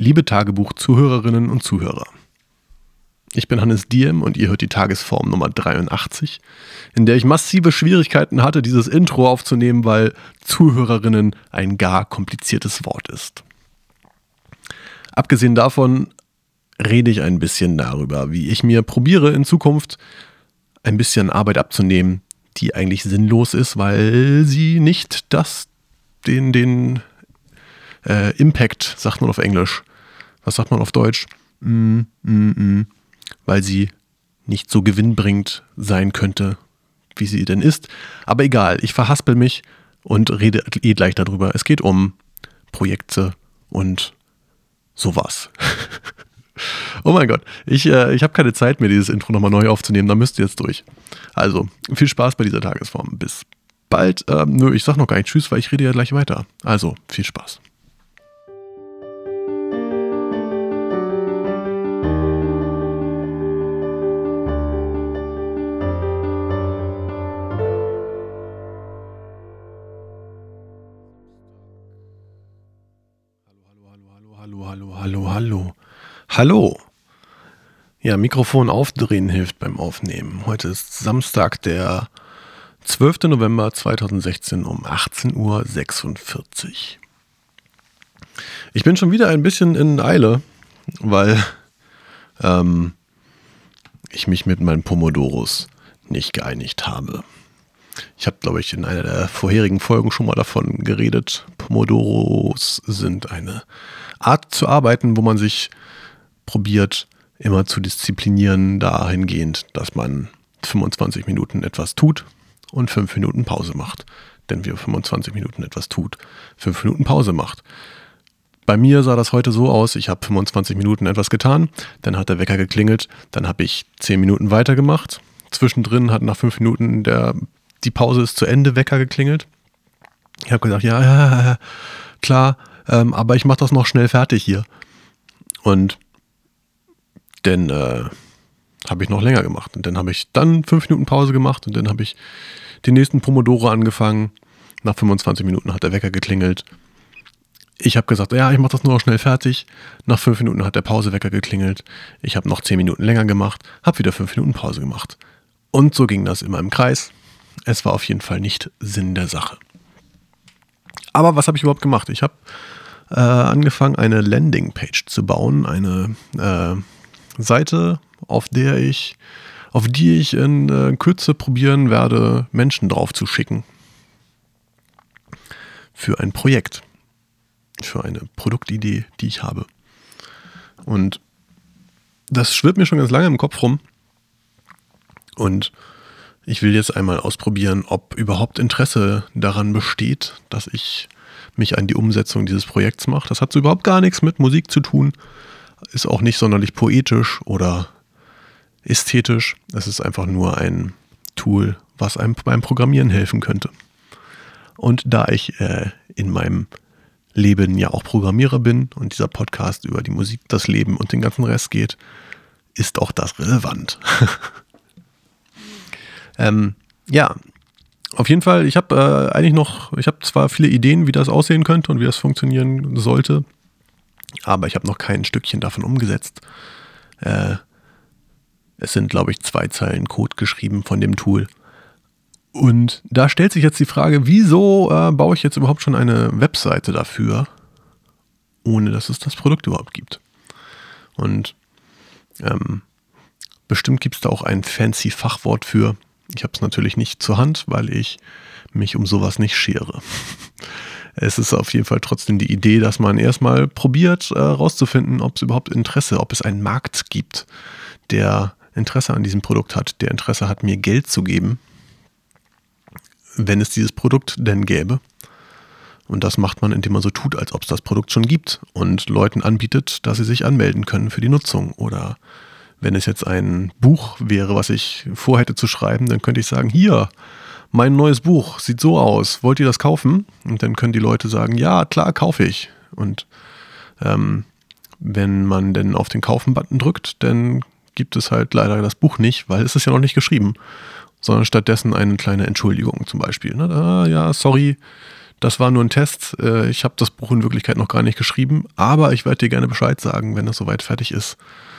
Liebe Tagebuch-Zuhörerinnen und Zuhörer. Ich bin Hannes Diem und ihr hört die Tagesform Nummer 83, in der ich massive Schwierigkeiten hatte, dieses Intro aufzunehmen, weil Zuhörerinnen ein gar kompliziertes Wort ist. Abgesehen davon rede ich ein bisschen darüber, wie ich mir probiere, in Zukunft ein bisschen Arbeit abzunehmen, die eigentlich sinnlos ist, weil sie nicht den Impact, sagt man auf Englisch, was sagt man auf Deutsch? Weil sie nicht so gewinnbringend sein könnte, wie sie denn ist. Aber egal, ich verhaspel mich und rede gleich darüber. Es geht um Projekte und sowas. Oh mein Gott, ich habe keine Zeit mehr, dieses Intro nochmal neu aufzunehmen, da müsst ihr jetzt durch. Also, viel Spaß bei dieser Tagesform. Bis bald. Ich sag noch gar nicht Tschüss, weil ich rede ja gleich weiter. Also, viel Spaß. Hallo. Ja, Mikrofon aufdrehen hilft beim Aufnehmen. Heute ist Samstag, der 12. November 2016 um 18:46 Uhr. Ich bin schon wieder ein bisschen in Eile, weil ich mich mit meinen Pomodoros nicht geeinigt habe. Ich habe, glaube ich, in einer der vorherigen Folgen schon mal davon geredet. Pomodoros sind eine Art zu arbeiten, wo man sich probiert, immer zu disziplinieren, dahingehend, dass man 25 Minuten etwas tut und 5 Minuten Pause macht. Denn wer 25 Minuten etwas tut, 5 Minuten Pause macht. Bei mir sah das heute so aus, ich habe 25 Minuten etwas getan, dann hat der Wecker geklingelt, dann habe ich 10 Minuten weitergemacht. Zwischendrin hat nach 5 Minuten die Pause ist zu Ende, Wecker geklingelt. Ich habe gesagt, ja, klar, aber ich mache das noch schnell fertig hier. Und dann habe ich noch länger gemacht. Und dann habe ich dann 5 Minuten Pause gemacht und dann habe ich den nächsten Pomodoro angefangen. Nach 25 Minuten hat der Wecker geklingelt. Ich habe gesagt, ja, ich mache das nur noch schnell fertig. Nach 5 Minuten hat der Pausewecker geklingelt. Ich habe noch 10 Minuten länger gemacht, habe wieder 5 Minuten Pause gemacht. Und so ging das immer im Kreis. Es war auf jeden Fall nicht Sinn der Sache. Aber was habe ich überhaupt gemacht? Ich habe angefangen, eine Landingpage zu bauen, eine Seite, auf die ich in Kürze probieren werde, Menschen drauf zu schicken. Für ein Projekt. Für eine Produktidee, die ich habe. Und das schwirrt mir schon ganz lange im Kopf rum. Und ich will jetzt einmal ausprobieren, ob überhaupt Interesse daran besteht, dass ich mich an die Umsetzung dieses Projekts mache. Das hat so überhaupt gar nichts mit Musik zu tun. Ist auch nicht sonderlich poetisch oder ästhetisch. Es ist einfach nur ein Tool, was einem beim Programmieren helfen könnte. Und da ich in meinem Leben ja auch Programmierer bin und dieser Podcast über die Musik, das Leben und den ganzen Rest geht, ist auch das relevant. Ja, auf jeden Fall, ich habe zwar viele Ideen, wie das aussehen könnte und wie das funktionieren sollte, aber ich habe noch kein Stückchen davon umgesetzt. Es sind, glaube ich, 2 Zeilen Code geschrieben von dem Tool. Und da stellt sich jetzt die Frage, wieso baue ich jetzt überhaupt schon eine Webseite dafür, ohne dass es das Produkt überhaupt gibt. Und bestimmt gibt es da auch ein fancy Fachwort für. Ich habe es natürlich nicht zur Hand, weil ich mich um sowas nicht schere. Es ist auf jeden Fall trotzdem die Idee, dass man erstmal probiert rauszufinden, ob es einen Markt gibt, der Interesse an diesem Produkt hat, der Interesse hat, mir Geld zu geben, wenn es dieses Produkt denn gäbe. Und das macht man, indem man so tut, als ob es das Produkt schon gibt und Leuten anbietet, dass sie sich anmelden können für die Nutzung. Oder wenn es jetzt ein Buch wäre, was ich vorhätte zu schreiben, dann könnte ich sagen, hier, mein neues Buch sieht so aus, wollt ihr das kaufen? Und dann können die Leute sagen, ja, klar, kaufe ich. Und wenn man dann auf den Kaufen-Button drückt, dann gibt es halt leider das Buch nicht, weil es ist ja noch nicht geschrieben, sondern stattdessen eine kleine Entschuldigung zum Beispiel. Ja, sorry, Das war nur ein Test. Ich habe das Buch in Wirklichkeit noch gar nicht geschrieben, aber ich werde dir gerne Bescheid sagen, wenn das soweit fertig ist.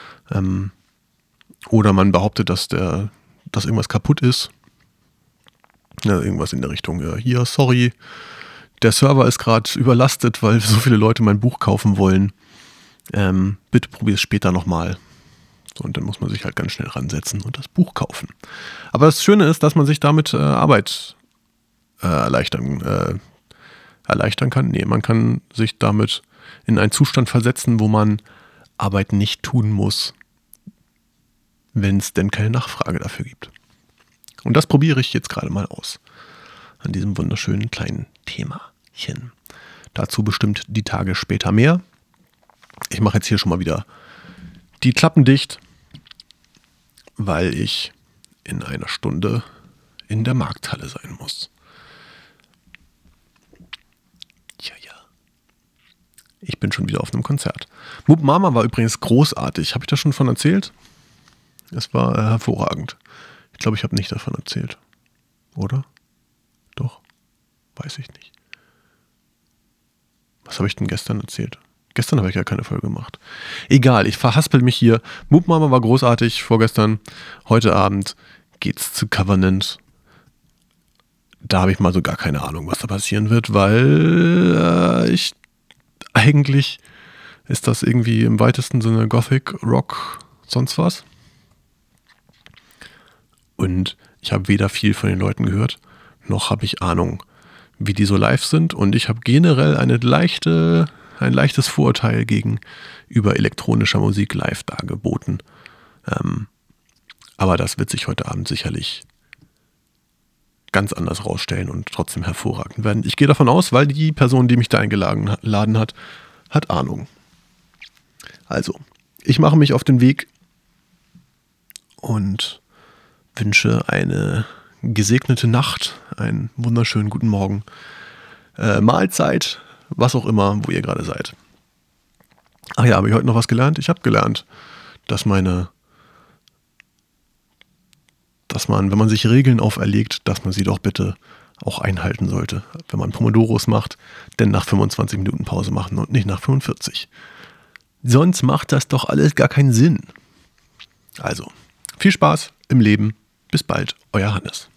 Oder man behauptet, dass irgendwas kaputt ist. Ja, irgendwas in der Richtung, hier, sorry, der Server ist gerade überlastet, weil so viele Leute mein Buch kaufen wollen. Bitte probier es später nochmal. So, und dann muss man sich halt ganz schnell ransetzen und das Buch kaufen. Aber das Schöne ist, dass man sich damit Arbeit erleichtern kann. Nee, man kann sich damit in einen Zustand versetzen, wo man Arbeit nicht tun muss, wenn es denn keine Nachfrage dafür gibt. Und das probiere ich jetzt gerade mal aus. An diesem wunderschönen kleinen Themachen. Dazu bestimmt die Tage später mehr. Ich mache jetzt hier schon mal wieder die Klappen dicht, weil ich in einer Stunde in der Markthalle sein muss. Ja. Ich bin schon wieder auf einem Konzert. Moop Mama war übrigens großartig. Habe ich das schon von erzählt? Es war hervorragend. Ich glaube, ich habe nicht davon erzählt. Oder? Doch? Weiß ich nicht. Was habe ich denn gestern erzählt? Gestern habe ich ja keine Folge gemacht. Egal, ich verhaspel mich hier. Moop Mama war großartig vorgestern. Heute Abend geht's zu Covenant. Da habe ich mal so gar keine Ahnung, was da passieren wird, weil eigentlich ist das irgendwie im weitesten Sinne Gothic, Rock, sonst was. Und ich habe weder viel von den Leuten gehört, noch habe ich Ahnung, wie die so live sind. Und ich habe generell ein leichtes Vorurteil gegenüber elektronischer Musik live dargeboten. Aber das wird sich heute Abend sicherlich ganz anders rausstellen und trotzdem hervorragend werden. Ich gehe davon aus, weil die Person, die mich da eingeladen hat, hat Ahnung. Also, ich mache mich auf den Weg und wünsche eine gesegnete Nacht, einen wunderschönen guten Morgen, Mahlzeit, was auch immer, wo ihr gerade seid. Ach ja, habe ich heute noch was gelernt? Ich habe gelernt, dass man, wenn man sich Regeln auferlegt, dass man sie doch bitte auch einhalten sollte. Wenn man Pomodoros macht, denn nach 25 Minuten Pause machen und nicht nach 45. Sonst macht das doch alles gar keinen Sinn. Also, viel Spaß im Leben. Bis bald, euer Hannes.